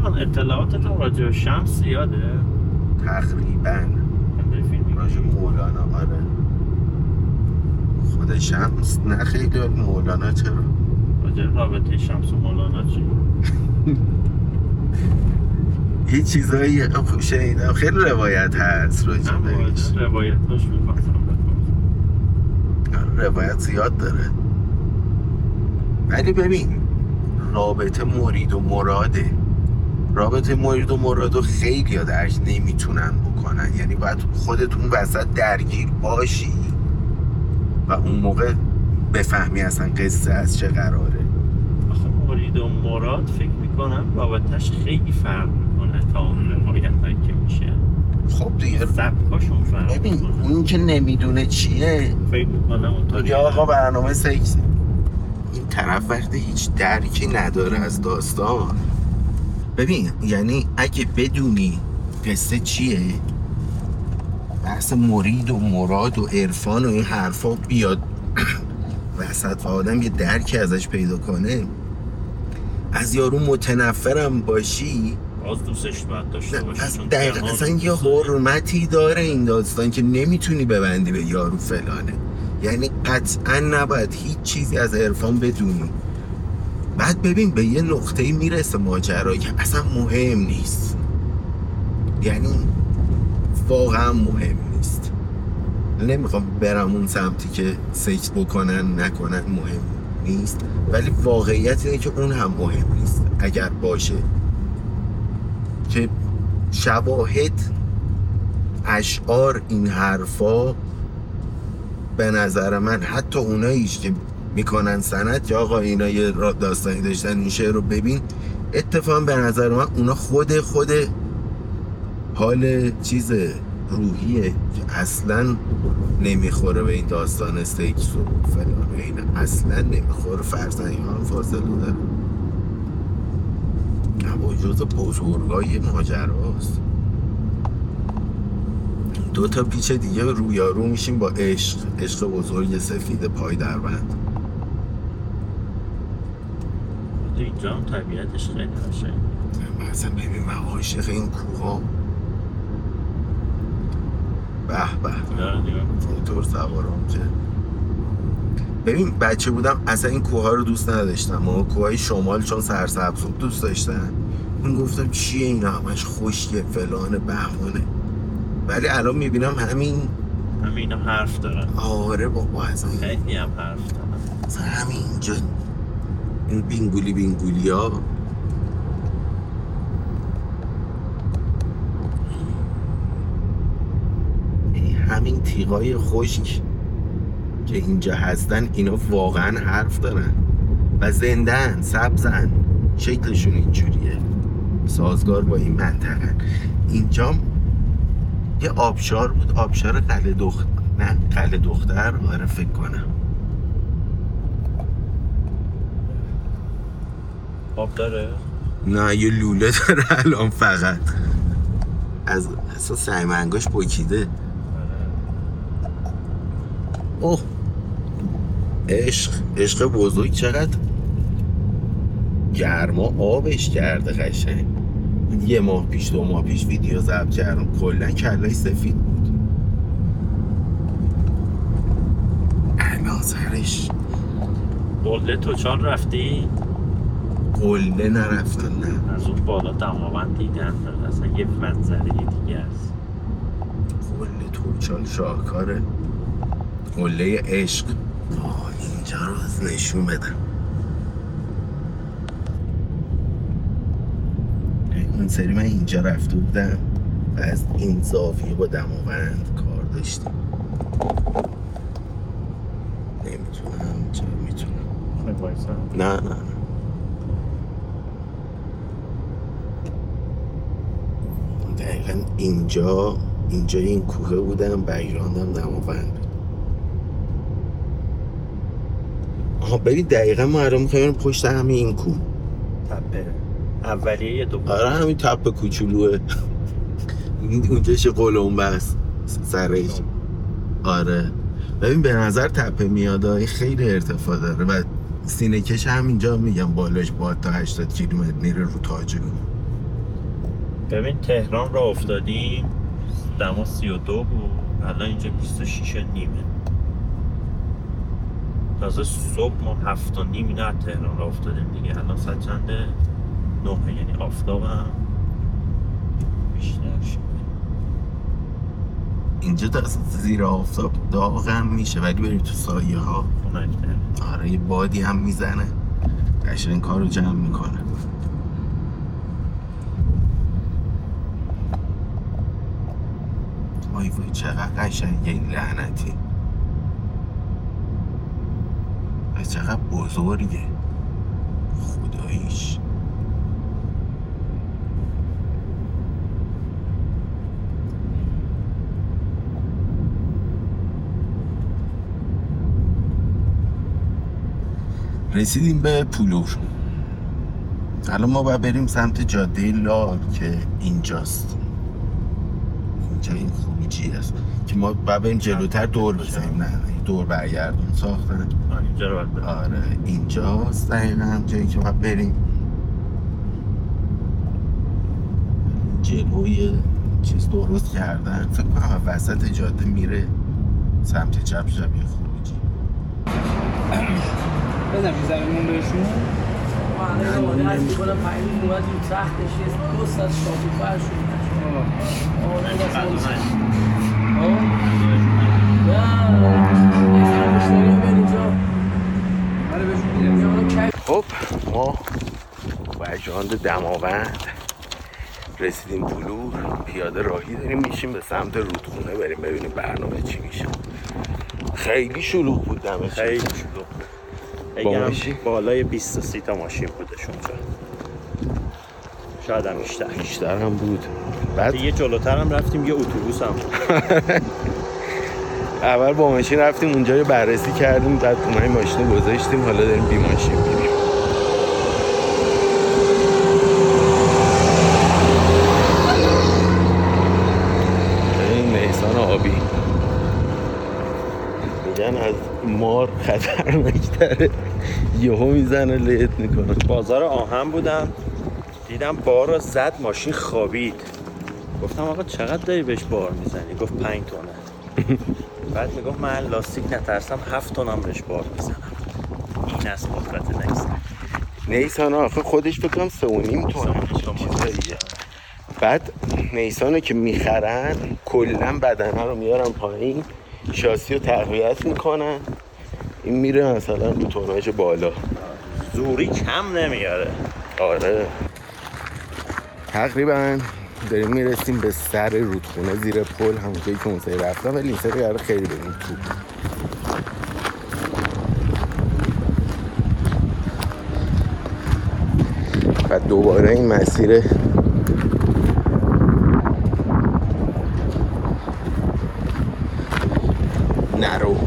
جان اطلاعاتت راجع به شمس زیاده؟ تقریبا راجع مولانا. آره خود شمس نه خیلی. مولانا چرا؟ راجع رابطه شمس و مولانا چی؟ یه چیزایی شنیدم خیلی روایت هست راجع بهش. روایتاش می‌خواستم بپرسم. روایت زیاد داره، ولی ببین رابطه مرید و مراده. رابطه مرید و مرادو خیلی ها درک نمیتونن بکنن، یعنی باید خودتون وسط درگیر باشی و اون موقع بفهمی اصلا قصه از چه قراره. آخه مرید و مراد فکر میکنم رابطهش خیلی فرق میکنه تا اون روایت هایی که میشه. خب دیگه سبکاشون فرق ببین میکنه. اون که نمیدونه چیه فکر میکنم اونطوری یا آقا برنامه سکس. این طرف وقتی هیچ درکی نداره از داستان، ببین یعنی اگه بدونی قصه چیه، بحث مرید و مراد و عرفان و این حرفا بیاد وسط و آدم یه درکی ازش پیدا کنه، از یارو متنفرم باشی باز دوستش باید داشته باشی. دقیقا اصلا یه حرمتی داره این داستان که نمیتونی ببندی به یارو فلانه. یعنی قطعا نباید هیچ چیزی از عرفان بدونی. بعد ببین به یه نقطه‌ای میرسه ماجرا که اصلا مهم نیست، یعنی واقعا مهم نیست. نمیخوام برم اون سمتی که سکس بکنن نکنن مهم نیست، ولی واقعیت اینه که اون هم مهم نیست. اگر باشه که شواهد، اشعار، این حرفا به نظر من حتی اوناییش که میکنن سند که آقا اینا یه داستانی داشتن این شعر رو ببین، اتفاقا به نظر من اونا خود حال چیز روحیه که اصلا نمیخوره به این داستان سکس و فلان و اینا، اصلا نمیخوره. فرزنگی ها هم فاصله داره. با جز بزرگای ماجراست. دو تا پیچ دیگه رویارو میشیم با عشق بزرگ سفید پای در بند. اینجا هم طبیعتش خیلی قشنگه. مثلا ببین من عاشق این کوها. به موتور سوارم که ببین بچه بودم اصلا این کوها رو دوست نداشتم. و کوهای شمال چون سرسبز بود دوست داشتم. من گفتم چیه اینا همش خشکه فلان بهمانه، ولی الان میبینم همینا حرف دارن. آره بابا اصلا خیلی هم حرف دارن. اصلا همینجا این بینگولی ها همین تیغای خشک که اینجا هستن اینا واقعا حرف دارن و زندن، سبزن، شکلشون اینجوریه، سازگار با این منطقه. اینجا یه آبشار بود، آبشار قلعه دختر. آره فکر کنم آب داره؟ نه یه لوله داره الان فقط از اصلا سعیمنگاش بکیده. اوه عشق بزرگ چقدر گرما آبش کرده قشنگ. یه ماه پیش 2 ماه پیش ویدیو ضبط کردم کلا کله‌اش سفید بود. الازرش قله توچال رفتی؟ قله نرفتن نه. از اون بالا دماوند دیدن اصلا یه منظره دیگه است. قله توچال شاهکاره. قله عشق. اینجا رو نشون بدم. اون سری من اینجا رفته بودم و از این زاویه با دماوند کار داشتیم. نمیتونم چرا میتونم. نه دقیقا اینجا این کوه بودم، بگراندم دماوند بود. آها ببین دقیقا ما الان میخوایم پشت همین این کوه تپه اولیه دوم. آره همین تپه کوچولوه اونجاش قلم بس سرش. آره ببین به نظر تپه میاد، خیلی ارتفاع داره و سینه کش هم اینجا میگم بالاش با تا 80 کیلومتر میره رو تاج. ببین تهران را افتادیم دما 32 بود، الان اینجا 26 و نیمه. تازه صبح ما 7 و نیم اینا از تهران را افتادیم دیگه. الان ساعت چنده؟ 9، یعنی آفتابم بیشتر شده. اینجا دست زیر آفتاب داغ هم میشه ولی بریم تو سایه ها خنک‌تر. آره یه بادی هم میزنه قشنگ کار رو جمع میکنه. وای وای چقدر قشنگه این لعنتی و چقدر بزرگه خداییش. رسیدیم به پولور. الان ما باید بریم سمت جاده لال که اینجاست. اینجا این خروجی است که ما باید بریم جلوتر دور بزنیم. نه دور برگردون ساختن. اینجا رو باید بریم. آره اینجاست دقیقا جایی که باید بریم. جلوی چیز درست کردن فکر کنم وسط جاده میره سمت چپ یه خروجی. بزن میزنمون بهشون آمده هستی کنم پایین اومد رو تختش یه دوست از شاپی فرش شد خب ما وجاند دماوند رسیدیم پولور. پیاده راهی داریم میشیم به سمت رودخونه بریم ببینیم برنامه چی میشه. خیلی شلوغ بود دمه. خیلی شلوغ بود. بگم بالای 20 تا 30 تا ماشین بودش اونجا. شاید هم بیشتر هم بود. بعد یه جلوتر هم رفتیم یه اتوبوس هم بود. اول با ماشین رفتیم اونجا رو بررسی کردیم بعد اونای ماشین رو گذاشتیم حالا داریم بی ماشین میریم. این نیسان آبی میگن از مار خطرناک‌تره یهو میزنه لهت میکنه. بازار آهن بودم دیدم بار رو زد ماشین خوابید. گفتم آقا چقدر داری بهش بار میزنی؟ گفت 5 تونه. بعد میگفت من لاستیک نترسم 7 تونم بهش بار میزنم. این از قدرت نیسان آخه خودش بکنم 3.5 تونه چیزاییه. بعد نیسانو که میخرن کلا بدنه رو میارن پایین شاسی رو تقویت میکنن این میره مثلا رو توناژ بالا زوری کم نمیاره. آره تقریبا داریم میرسیم به سر رودخونه زیر پل همونجایی که اون سری رفتم ولی این سری قراره خیلی بریم تو. و دوباره این مسیر نرو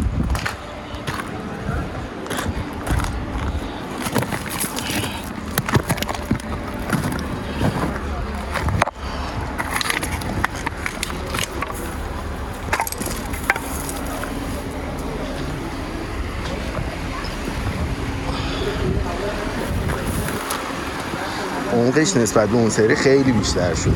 عمقش نسبت به اون سری خیلی بیشتر شده.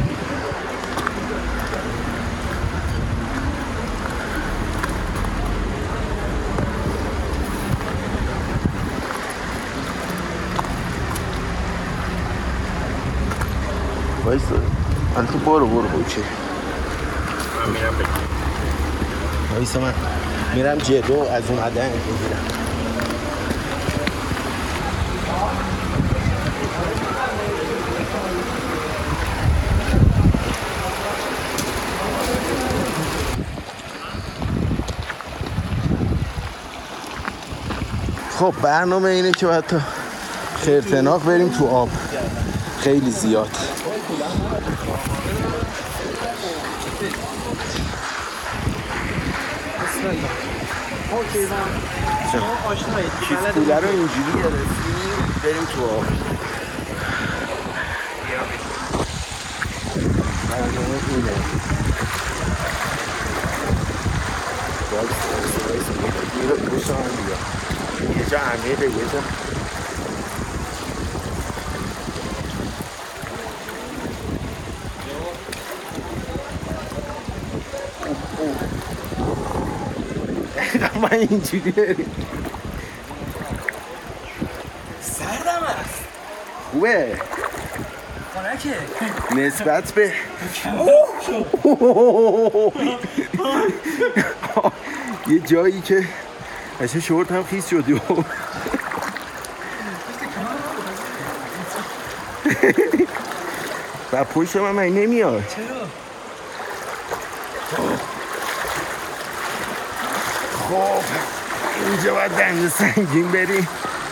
وایسا البته برو اوکی. من میرم بگیم وایسا من میرم جلو از اون عدن بگیرم. خب برنامه اینه که باید تا خرتناق بریم تو آب خیلی زیاد. کیف کوله رو اینجوری گرفتیم بریم تو آب. برنامه اینه یه جا عمیقه یه جا من اینجوری بریم. سردم است. خوبه خنکه نسبت به یه جایی که اصلا شورت هم خیس شدی و پشت من نمیاد. چرا؟ خب اینجا باید دنده سنگین بریم.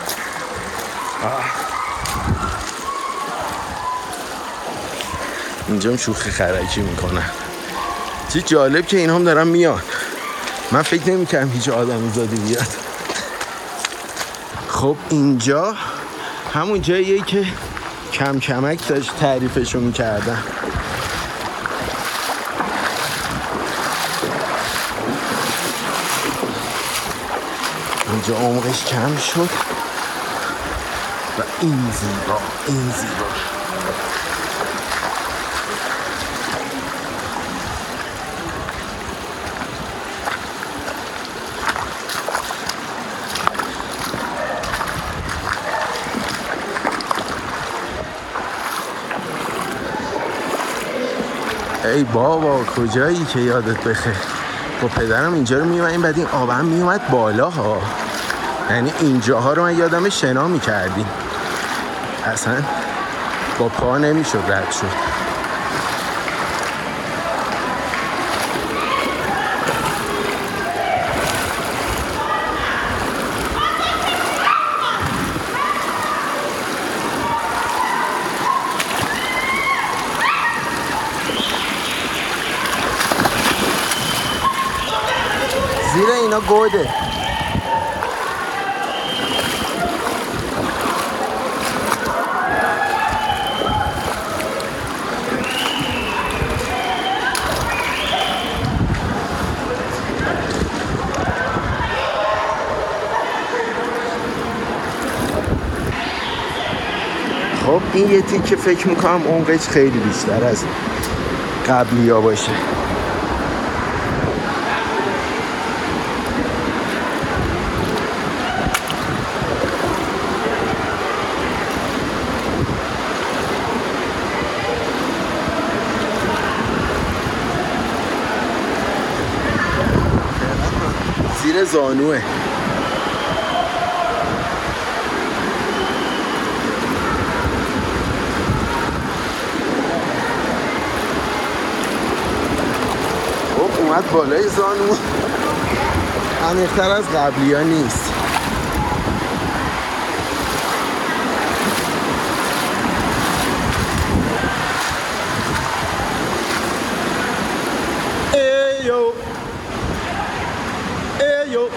اینجا هم شوخی خرکی میکنن. چه جالب که این هم دارن میان. من فکر نمی‌کردم هیچ آدمی زادی بیاد. خب اینجا همون جاییه که کم کمک داشت تعریفشو میکردم. اینجا عمقش کم شد و این زیبا ای بابا کجایی که یادت بخیر. با پدرم اینجا رو میومدیم، بعد این آب هم میومد بالا ها، یعنی اینجاها رو من یادم شنا میکردیم، اصلا با پا نمیشد رد شد. زیر اینا گوده. خب این یه تیکه فکر میکنم عمقش خیلی بیشتر از قبلی ها باشه. زیر زانوه. خب اومد بالای زانو، عمیق‌تر از قبلی ها نیست. ایو ایو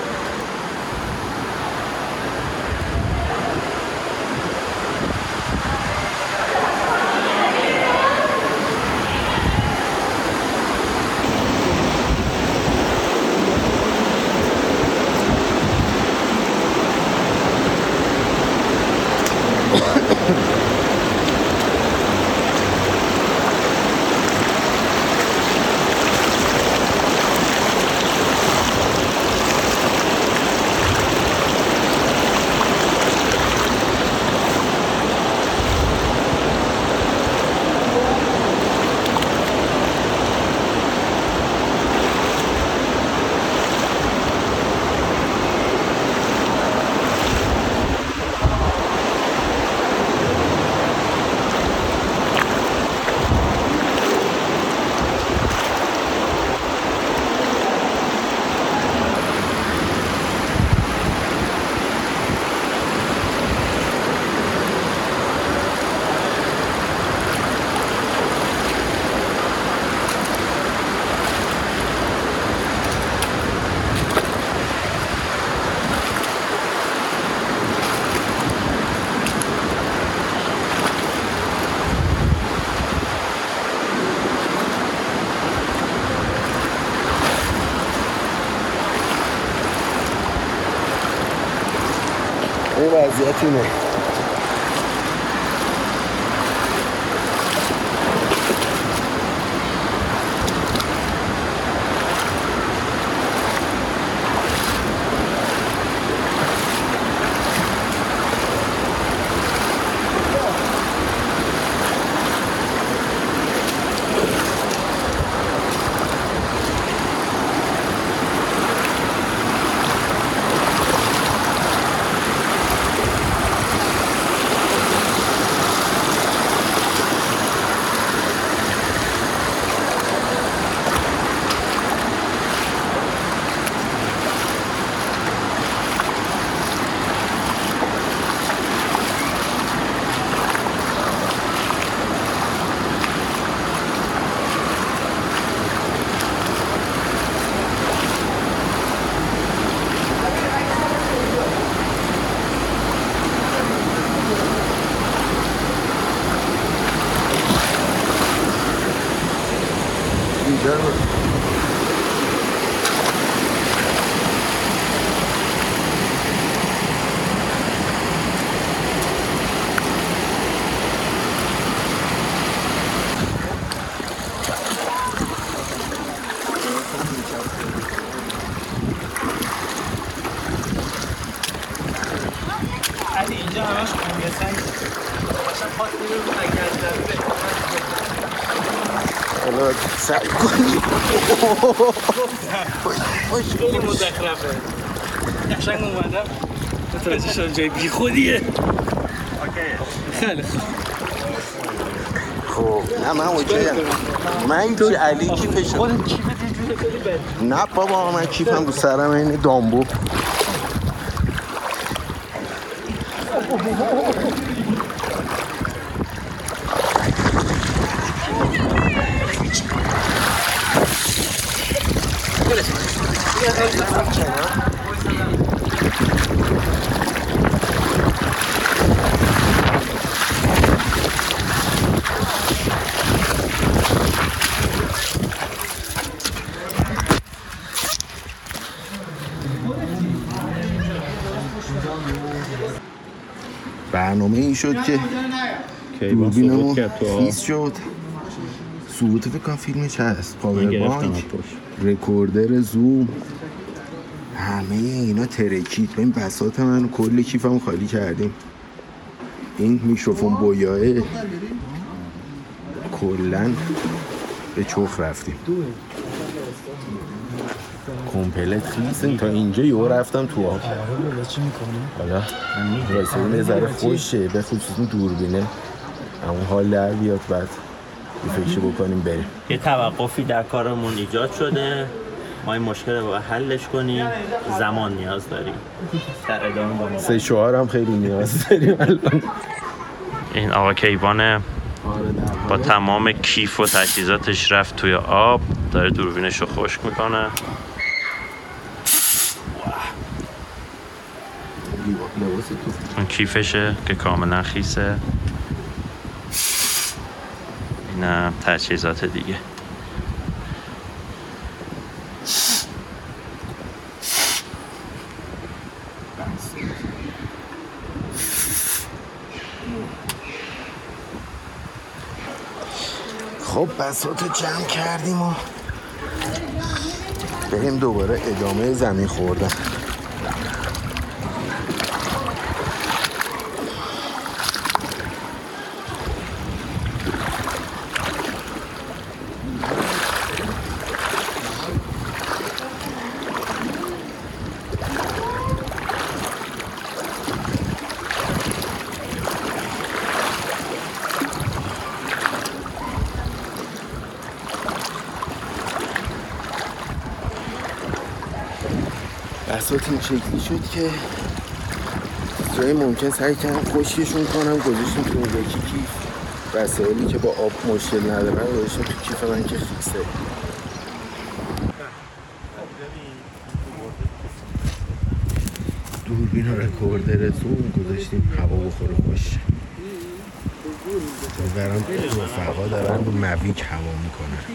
این وضعیت اینه. اینجا رو علی اینجا همش کنگسنگ باشم پاک میرون رو نگرد حالا سعی کنی خیلی مزخرفه قشنگ اومدم متوجه شدم جای بی خودیه خیلی خب نه من اوکیم من که علی کیفش خودت کیفت اینجوری خیلی بد نه بابا من کیفم رو سرم اینه دامبو برنامه این شد که دوربینمون خیس شد سقوط فکر کنم فیلمش هست پاور بانک رکوردر زوم همه اینا ترکید به این بساط من کل کیفمو خالی کردیم این میکروفون بویاه کلن به چخ رفتیم کمپلت خیسیم تا اینجا یهو رفتم تو آب حالا راسته یه ذره خوشه به خصوص این دوربینه اون حال در بیاد بعد یه فکرشو بکنیم بریم یه توقفی در کارمون ایجاد شده ما این مشکل رو باید حلش کنیم زمان نیاز داریم در ادامه با ما 3-4 هم خیلی نیاز داریم الان این آقا کیوان با تمام کیف و تجهیزاتش رفت توی آب داره دوربینش رو خشک میکنه اون کیفشه که کاملا خیسه اینم تجهیزات دیگه خب بساطو جمع کردیم و بریم دوباره ادامه زمین خوردن بساط این شکلی شد که جایی ممکن سعی کردم خشکشون کنم گذاشتیم تو اون یکی کیف وسایلی که با آب مشکل ندارن گذاشتیم تو کیف من که خیسه دوربین و رکوردر زوم گذاشتیم هوا بخوره باشه برام رفقا دارن رو مویک هوا میکنن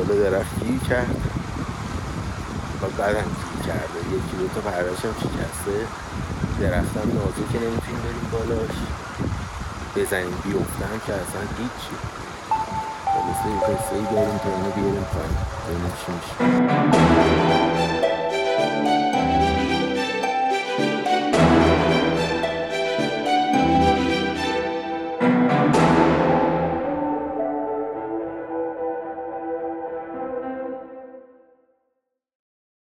بالا درخت گیر کرد و بعدم گیر کرده، یکی دوتا پرهاش هم شکسته. درخت هم نازکه نمیتونیم بریم بالاش، بزنیم بیفتم که اصلا هیچی. خلاصه یه قصه ای داریم تا اینو بیاریم پایین ببینیم چی میشه.